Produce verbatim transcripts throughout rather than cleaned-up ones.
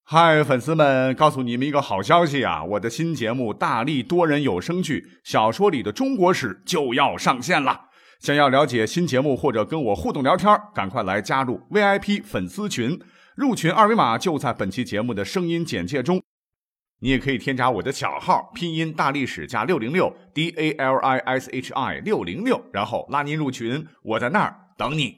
嗨，粉丝们，告诉你们一个好消息啊！我的新节目《大力多人有声剧小说里的中国史》就要上线了。想要了解新节目或者跟我互动聊天，赶快来加入 V I P 粉丝群，入群二维码就在本期节目的声音简介中。你也可以添加我的小号，拼音大历史加六零六 D A L I S H I 六零六，然后拉您入群，我在那儿等你。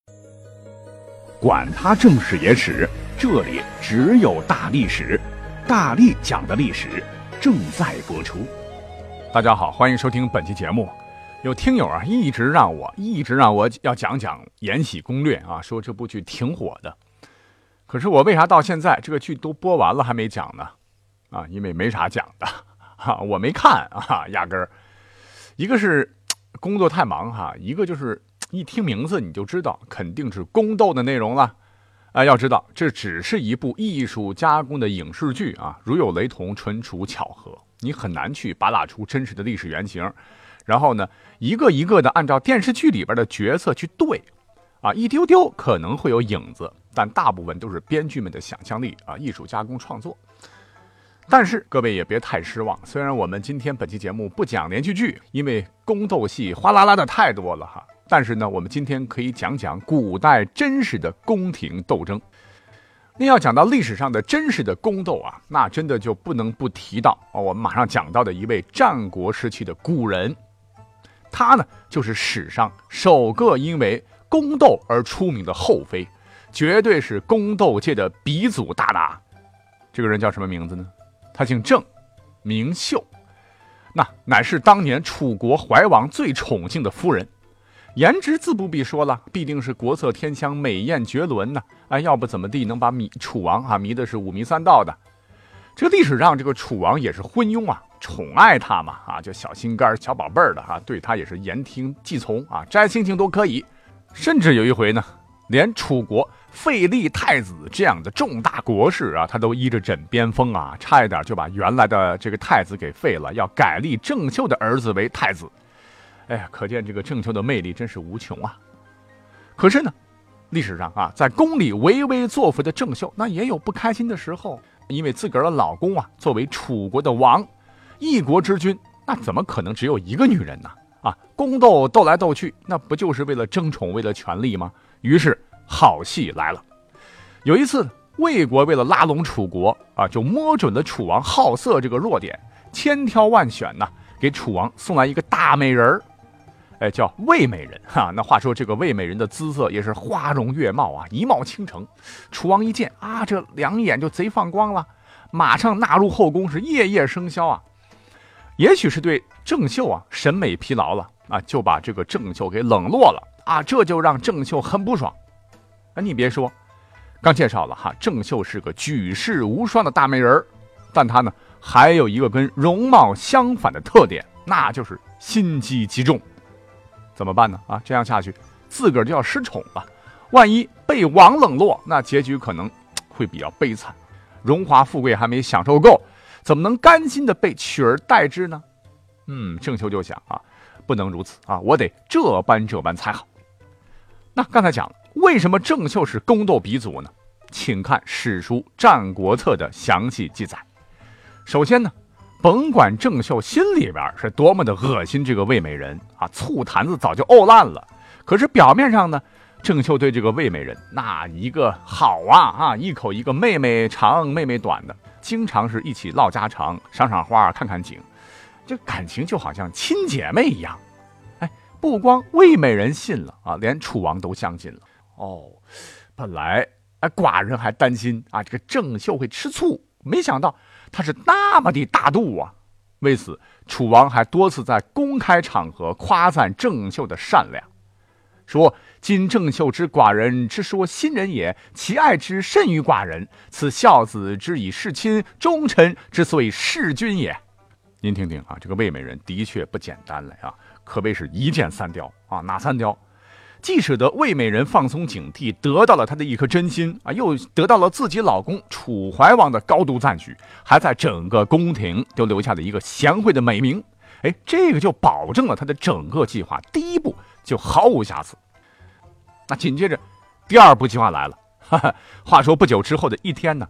管他正史野史，这里只有大历史，大力讲的历史正在播出。大家好，欢迎收听本期节目。有听友啊，一直让我一直让我要讲讲《延禧攻略》啊，说这部剧挺火的。可是我为啥到现在这个剧都播完了还没讲呢？啊，因为没啥讲的啊，我没看啊，压根儿。一个是工作太忙哈，一个就是一听名字你就知道肯定是宫斗的内容了。啊，要知道这只是一部艺术加工的影视剧啊，如有雷同，纯属巧合，你很难去扒拉出真实的历史原型。然后呢，一个一个的按照电视剧里边的角色去对，啊，一丢丢可能会有影子，但大部分都是编剧们的想象力啊，艺术加工创作。但是各位也别太失望，虽然我们今天本期节目不讲连续剧，因为宫斗戏哗啦啦的太多了哈。但是呢，我们今天可以讲讲古代真实的宫廷斗争。那要讲到历史上的真实的宫斗啊，那真的就不能不提到、哦、我们马上讲到的一位战国时期的古人。他呢，就是史上首个因为宫斗而出名的后妃，绝对是宫斗界的鼻祖大拿。这个人叫什么名字呢？他姓郑，名秀，那乃是当年楚国怀王最宠幸的夫人。颜值自不必说了，必定是国色天香、美艳绝伦呢、啊。哎，要不怎么地能把迷楚王啊迷的是五迷三道的？这个历史上这个楚王也是昏庸啊，宠爱他嘛啊，就小心肝、小宝贝儿的哈、啊，对他也是言听计从啊，摘星星都可以。甚至有一回呢，连楚国废立太子这样的重大国事啊，他都依着枕边风啊，差一点就把原来的这个太子给废了，要改立郑袖的儿子为太子。哎呀，可见这个郑袖的魅力真是无穷啊！可是呢，历史上啊，在宫里唯唯作福的郑袖，那也有不开心的时候，因为自个儿的老公啊，作为楚国的王，一国之君，那怎么可能只有一个女人呢？啊，宫斗斗来斗去，那不就是为了争宠，为了权力吗？于是好戏来了。有一次，魏国为了拉拢楚国啊，就摸准了楚王好色这个弱点，千挑万选呢，给楚王送来一个大美人儿。哎，叫魏美人哈、啊。那话说这个魏美人的姿色也是花容月貌啊，一貌倾城。楚王一见啊，这两眼就贼放光了，马上纳入后宫，是夜夜笙箫啊。也许是对郑袖啊审美疲劳了啊，就把这个郑袖给冷落了啊，这就让郑袖很不爽。啊，你别说，刚介绍了哈，郑袖是个举世无双的大美人，但她呢还有一个跟容貌相反的特点，那就是心机极重。怎么办呢？啊，这样下去，自个儿就要失宠了。万一被王冷落，那结局可能会比较悲惨。荣华富贵还没享受够，怎么能甘心的被取而代之呢？嗯，郑袖就想啊，不能如此啊，我得这般这般才好。那刚才讲了，为什么郑袖是宫斗鼻祖呢？请看史书《战国策》的详细记载。首先呢，甭管郑袖心里边是多么的恶心这个魏美人啊，醋坛子早就沤烂了。可是表面上呢，郑袖对这个魏美人那一个好啊啊，一口一个妹妹长妹妹短的，经常是一起唠家常、赏赏花、看看景，这感情就好像亲姐妹一样。哎，不光魏美人信了啊，连楚王都相信了。哦，本来哎寡人还担心啊，这个郑袖会吃醋，没想到他是那么的大度啊！为此，楚王还多次在公开场合夸赞郑袖的善良，说：“今郑袖之寡人之说新人也，其爱之甚于寡人。此孝子之以事亲，忠臣之所以事君也。”您听听啊，这个魏美人的确不简单了啊，可谓是一箭三雕啊！哪三雕？既使得魏美人放松警惕，得到了她的一颗真心啊，又得到了自己老公楚怀王的高度赞许，还在整个宫廷都留下了一个贤惠的美名。哎，这个就保证了他的整个计划第一步就毫无瑕疵。那紧接着第二步计划来了，哈哈，话说不久之后的一天呢，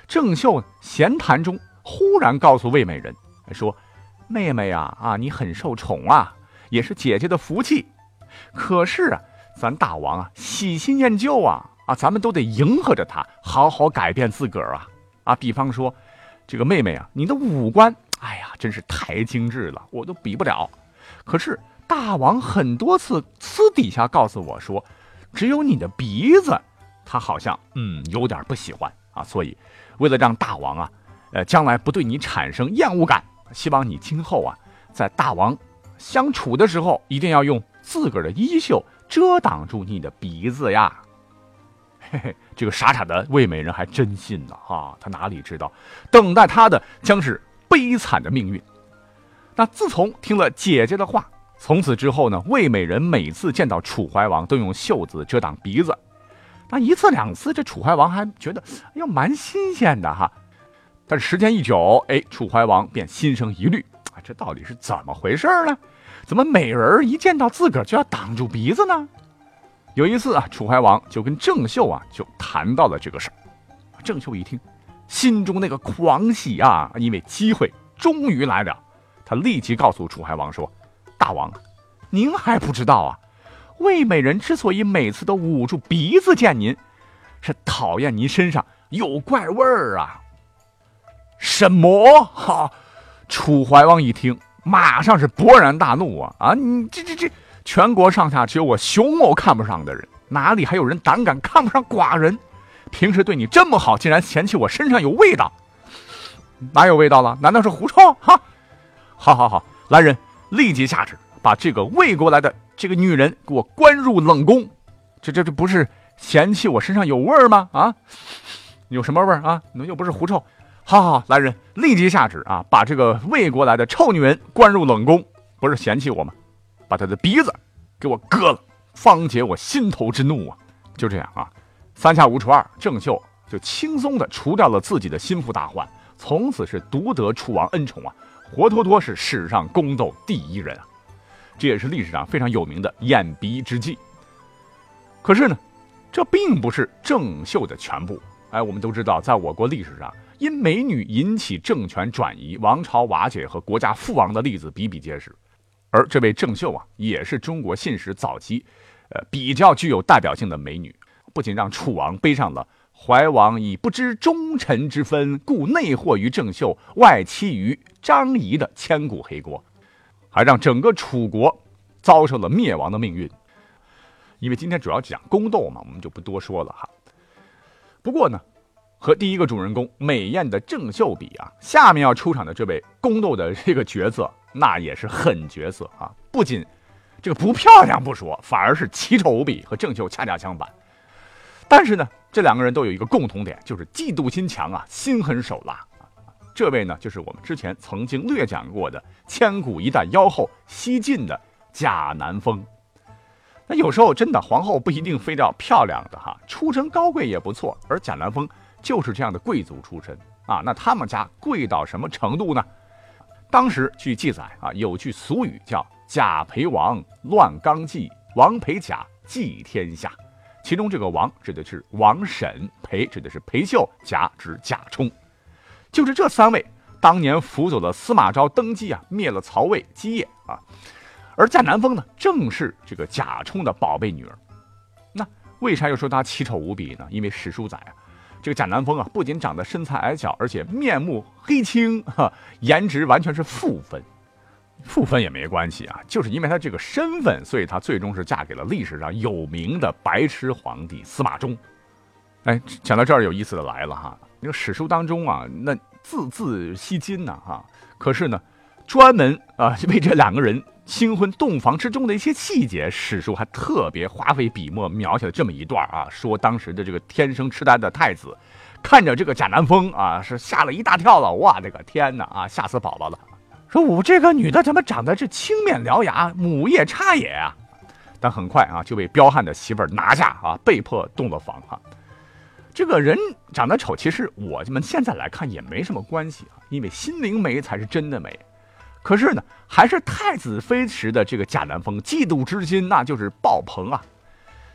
郑袖闲谈中忽然告诉魏美人说，妹妹啊啊，你很受宠啊，也是姐姐的福气。可是啊，咱大王啊喜新厌旧啊啊，咱们都得迎合着他，好好改变自个儿啊啊！比方说，这个妹妹啊，你的五官，哎呀，真是太精致了，我都比不了。可是大王很多次私底下告诉我说，只有你的鼻子，他好像嗯有点不喜欢啊。所以，为了让大王啊，呃，将来不对你产生厌恶感，希望你今后啊，在大王相处的时候，一定要用自个儿的衣袖遮挡住你的鼻子呀。嘿嘿，这个傻傻的魏美人还真信了啊！他哪里知道，等待他的将是悲惨的命运。那自从听了姐姐的话，从此之后呢，魏美人每次见到楚怀王都用袖子遮挡鼻子。那一次两次，这楚怀王还觉得哎呀蛮新鲜的哈。但是时间一久，哎，楚怀王便心生疑虑啊，这到底是怎么回事呢？怎么美人一见到自个儿就要挡住鼻子呢？有一次啊，楚怀王就跟郑袖啊就谈到了这个事儿。郑袖一听，心中那个狂喜啊，因为机会终于来了，他立即告诉楚怀王说：“大王，您还不知道啊，魏美人之所以每次都捂住鼻子见您，是讨厌您身上有怪味儿啊。”什么？哈！楚怀王一听，马上是勃然大怒啊！啊，你这这这！全国上下只有我熊某看不上的人，哪里还有人胆敢看不上寡人？平时对你这么好，竟然嫌弃我身上有味道，哪有味道了？难道是狐臭？哈！好好好，来人，立即下旨，把这个魏国来的这个女人给我关入冷宫。这这这不是嫌弃我身上有味儿吗？啊，有什么味儿啊？又不是狐臭。好好，来人，立即下旨啊，把这个魏国来的臭女人关入冷宫。不是嫌弃我吗？把他的鼻子给我割了，方解我心头之怒啊！就这样啊，三下五除二，郑袖就轻松地除掉了自己的心腹大患，从此是独得楚王恩宠啊，活脱脱是史上宫斗第一人啊！这也是历史上非常有名的掩鼻之计。可是呢，这并不是郑袖的全部。哎，我们都知道，在我国历史上，因美女引起政权转移、王朝瓦解和国家覆亡的例子比比皆是。而这位郑袖啊，也是中国信史早期，呃，比较具有代表性的美女，不仅让楚王背上了怀王以不知忠臣之分，故内祸于郑袖，外戚于张仪的千古黑锅，还让整个楚国遭受了灭亡的命运。因为今天主要讲宫斗嘛，我们就不多说了哈。不过呢，和第一个主人公美艳的郑袖比啊，下面要出场的这位宫斗的这个角色，那也是狠角色啊！不仅这个不漂亮不说，反而是奇丑无比，和郑袖恰恰相反。但是呢，这两个人都有一个共同点，就是嫉妒心强啊，心狠手辣。这位呢，就是我们之前曾经略讲过的千古一代妖后西晋的贾南风。那有时候真的皇后不一定非要漂亮的哈，出身高贵也不错。而贾南风就是这样的贵族出身啊，那他们家贵到什么程度呢？当时据记载啊，有句俗语叫贾陪王乱纲纪，王陪贾济天下。其中这个王指的是王审，陪指的是裴秀，贾指贾充。就是这三位当年辅佐了司马昭登基啊，灭了曹魏基业啊。而贾南风呢，正是这个贾充的宝贝女儿。那为啥又说她奇丑无比呢？因为史书载啊，这个贾南风啊，不仅长得身材矮小，而且面目黑青，哈，颜值完全是负分。负分也没关系啊，就是因为她这个身份，所以她最终是嫁给了历史上有名的白痴皇帝司马衷。哎，讲到这儿有意思的来了哈，那个史书当中啊，那字字吸睛呐哈，可是呢，专门啊为这两个人新婚洞房之中的一些细节，史书还特别花费笔墨描写了这么一段啊，说当时的这个天生痴呆的太子，看着这个贾南风啊，是吓了一大跳了，哇，这个天哪啊，吓死宝宝了。说我这个女的怎么长得是青面獠牙，母夜叉也啊？但很快啊就被彪悍的媳妇儿拿下啊，被迫洞了房啊。这个人长得丑，其实我们现在来看也没什么关系啊，因为心灵美才是真的美。可是呢，还是太子妃时的这个贾南风，嫉妒之心那就是爆棚啊！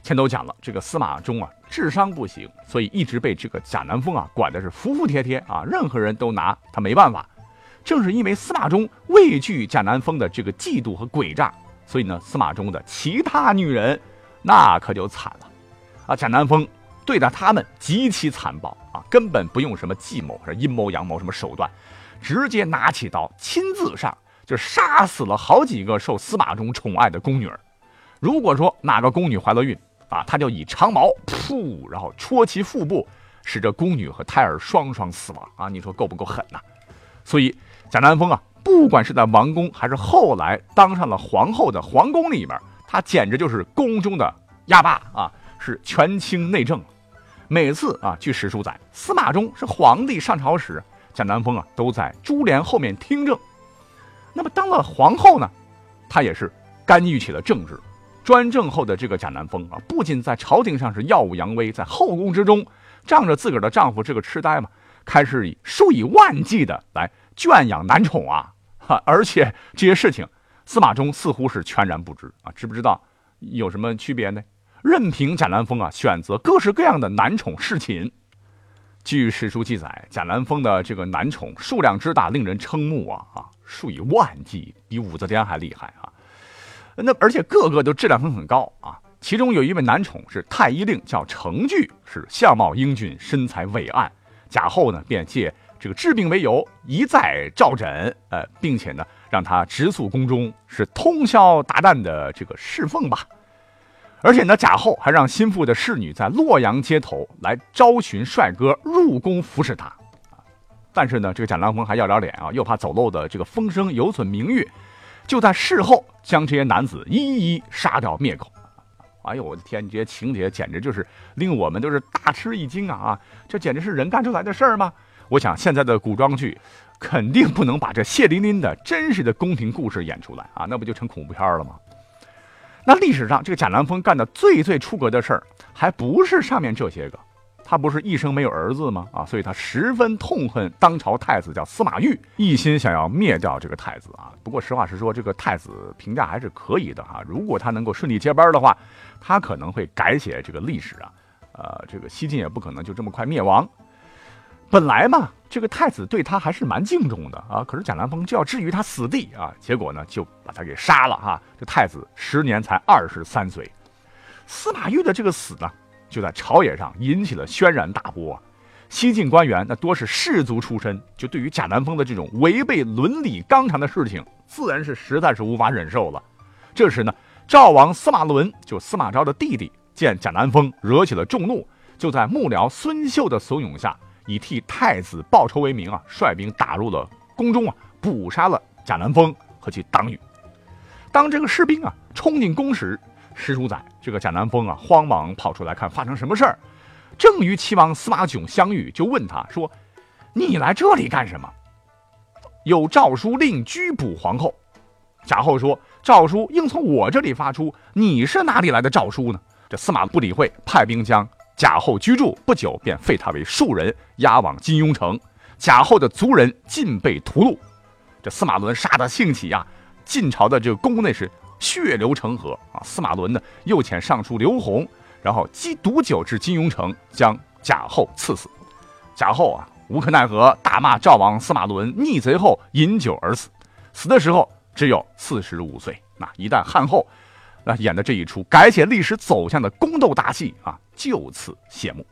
前都讲了，这个司马衷啊智商不行，所以一直被这个贾南风啊管的是服服帖帖啊，任何人都拿他没办法。正是因为司马衷畏惧贾南风的这个嫉妒和诡诈，所以呢，司马衷的其他女人那可就惨了啊！贾南风对待他们极其残暴啊，根本不用什么计谋、阴谋、阳谋什么手段，直接拿起刀亲自上，就杀死了好几个受司马衷宠爱的宫女儿。如果说哪个宫女怀了孕啊，他就以长矛噗，然后戳其腹部，使这宫女和胎儿双双死亡啊！你说够不够狠呐？所以贾南风啊，不管是在王宫还是后来当上了皇后的皇宫里面，他简直就是宫中的压霸啊，是权倾内政。每次啊，据史书载，司马衷是皇帝上朝时，贾南风啊都在珠帘后面听政。那么当了皇后呢，他也是干预起了政治。专政后的这个贾南风啊，不仅在朝廷上是耀武扬威，在后宫之中仗着自个儿的丈夫这个痴呆嘛，开始以数以万计的来圈养男宠啊，哈，而且这些事情司马衷似乎是全然不知啊，知不知道有什么区别呢？任凭贾南风啊选择各式各样的男宠侍寝。据史书记载，贾南风的这个男宠数量之大，令人瞠目啊啊，数以万计，比武则天还厉害啊！那而且个个都质量很很高啊。其中有一位男宠是太医令，叫程据，是相貌英俊，身材伟岸。贾后呢便借这个治病为由，一再召诊，呃，并且呢让他直宿宫中，是通宵达旦的这个侍奉吧。而且呢，贾后还让心腹的侍女在洛阳街头来招寻帅哥入宫服侍他。但是呢，这个贾南风还要了脸啊，又怕走漏的这个风声有损名誉，就在事后将这些男子一一杀掉灭口。哎呦，我的天，这些情节简直就是令我们都是大吃一惊啊！啊，这简直是人干出来的事儿吗？我想现在的古装剧肯定不能把这血淋淋的真实的宫廷故事演出来啊，那不就成恐怖片了吗？那历史上这个贾南风干的最最出格的事儿，还不是上面这些个。他不是一生没有儿子吗？啊，所以他十分痛恨当朝太子叫司马昱，一心想要灭掉这个太子啊。不过实话实说，这个太子评价还是可以的哈、啊。如果他能够顺利接班的话，他可能会改写这个历史啊。呃，这个西晋也不可能就这么快灭亡。本来嘛，这个太子对他还是蛮敬重的啊。可是贾南风就要置于他死地啊，结果呢就把他给杀了哈、啊。这太子时年才二十三岁，司马昱的这个死呢，就在朝野上引起了轩然大波、啊。西晋官员那多是士族出身，就对于贾南风的这种违背伦理纲常的事情，自然是实在是无法忍受了。这时呢，赵王司马伦就司马昭的弟弟，见贾南风惹起了众怒，就在幕僚孙秀的怂恿下，以替太子报仇为名啊，率兵打入了宫中啊，捕杀了贾南风和其党羽。当这个士兵啊冲进宫时，史书载这个贾南风啊慌忙跑出来看发生什么事儿，正与齐王司马囧相遇，就问他说：“你来这里干什么？”有诏书令拘捕皇后。贾后说：“诏书应从我这里发出，你是哪里来的诏书呢？”这司马不理会，派兵将贾后居住，不久便废他为庶人，押往金庸城。贾后的族人尽被屠戮。这司马伦杀得兴起啊，晋朝的这个宫内是血流成河啊！司马伦呢又遣尚书刘弘，然后击毒酒至金庸城，将贾后赐死。贾后啊无可奈何，大骂赵王司马伦逆贼后饮酒而死，死的时候只有四十五岁。那一旦汉后那演的这一出改写历史走向的宫斗大戏啊，就此谢幕。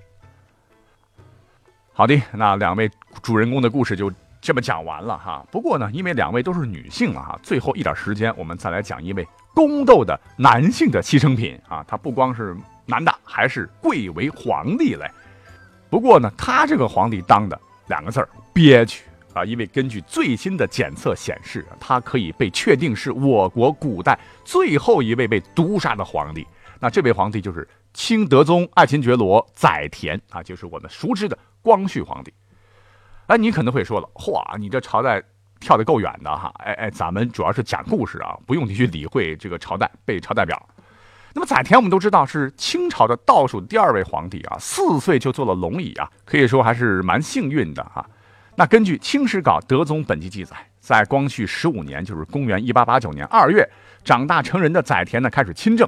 好的，那两位主人公的故事就这么讲完了哈。不过呢，因为两位都是女性了哈，最后一点时间，我们再来讲一位宫斗的男性的牺牲品啊。他不光是男的，还是贵为皇帝嘞。不过呢，他这个皇帝当的两个字儿憋屈啊，因为根据最新的检测显示，他可以被确定是我国古代最后一位被毒杀的皇帝。那这位皇帝就是清德宗爱新觉罗载湉啊，就是我们熟知的光绪皇帝。哎，你可能会说了，嚯，你这朝代跳得够远的哈！哎哎，咱们主要是讲故事啊，不用你去理会这个朝代背朝代表。那么载湉我们都知道是清朝的倒数第二位皇帝啊，四岁就做了龙椅啊，可以说还是蛮幸运的哈。那根据《清史稿·德宗本纪》记载，在光绪十五年，就是公元一八八九年二月，长大成人的载湉呢开始亲政，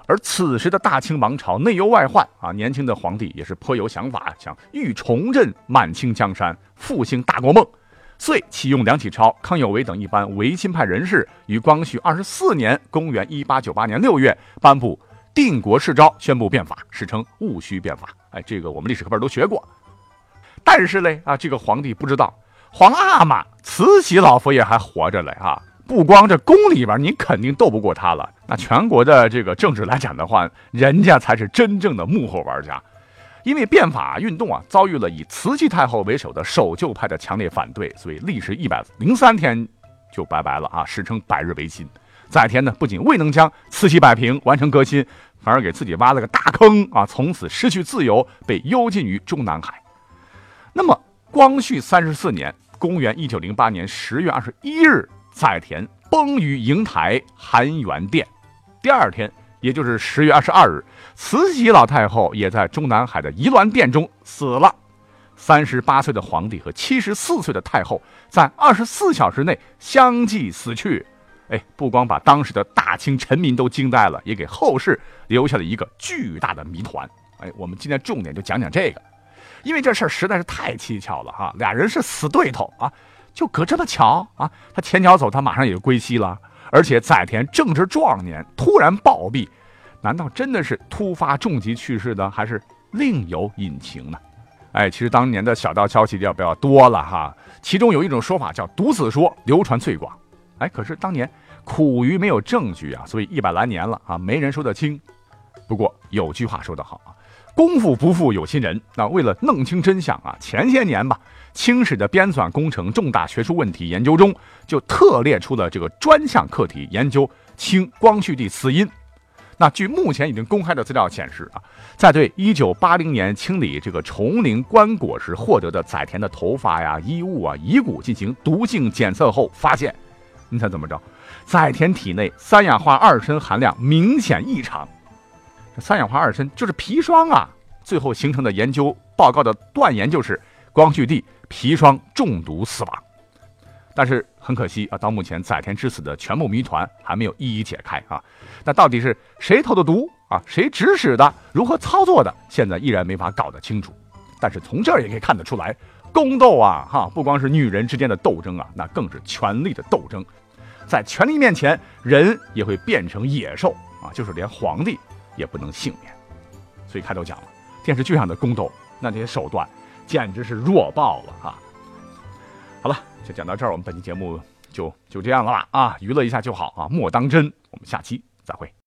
而此时的大清王朝内忧外患啊，年轻的皇帝也是颇有想法，想欲重振满清江山，复兴大国梦，遂启用梁启超、康有为等一般维新派人士，于光绪二十四年（公元一八九八年六月）颁布定国敕诏，宣布变法，史称戊戌变法。哎，这个我们历史课本都学过。但是嘞啊，这个皇帝不知道，皇阿玛慈禧老佛爷还活着嘞啊！不光这宫里边你肯定斗不过他了，那全国的这个政治来讲的话，人家才是真正的幕后玩家。因为变法运动啊，遭遇了以慈禧太后为首的守旧派的强烈反对，所以历时一百零三天就拜拜了啊，史称百日维新。载湉呢，不仅未能将慈禧摆平，完成革新，反而给自己挖了个大坑啊，从此失去自由，被幽禁于中南海。那么，光绪三十四年，公元一九零八年十月二十一日。载湉崩于瀛台含元殿，第二天，也就是十月二十二日，慈禧老太后也在中南海的宜銮殿中死了。三十八岁的皇帝和七十四岁的太后在二十四小时内相继死去。哎，不光把当时的大清臣民都惊呆了，也给后世留下了一个巨大的谜团。哎，我们今天重点就讲讲这个，因为这事儿实在是太蹊跷了哈，俩人是死对头啊。就隔这么巧啊，他前脚走，他马上也就归西了。而且载湉正值壮年，突然暴毙，难道真的是突发重疾去世的，还是另有隐情呢？哎，其实当年的小道消息要不要多了哈？其中有一种说法叫毒死说，流传最广。哎，可是当年苦于没有证据啊，所以一百来年了啊，没人说得清。不过有句话说得好啊，功夫不负有心人。那为了弄清真相啊，前些年吧，清史的编纂工程重大学术问题研究中，就特列出了这个专项课题，研究清光绪帝死因。那据目前已经公开的资料显示啊，在对一九八零年清理这个崇陵棺椁时获得的载湉的头发呀、衣物啊、遗骨进行毒性检测后，发现，你猜怎么着？载湉体内三氧化二砷含量明显异常。三氧化二砷就是砒霜啊，最后形成的研究报告的断言就是光绪帝砒霜中毒死亡。但是很可惜啊，到目前载湉之死的全部谜团还没有一一解开啊。那到底是谁投的毒啊？谁指使的？如何操作的？现在依然没法搞得清楚。但是从这儿也可以看得出来，宫斗啊，哈，不光是女人之间的斗争啊，那更是权力的斗争。在权力面前，人也会变成野兽啊，就是连皇帝也不能幸免。所以开头讲了，电视剧上的宫斗，那这些手段简直是弱爆了哈。好了，就讲到这儿，我们本期节目就就这样了吧啊，娱乐一下就好啊，莫当真。我们下期再会。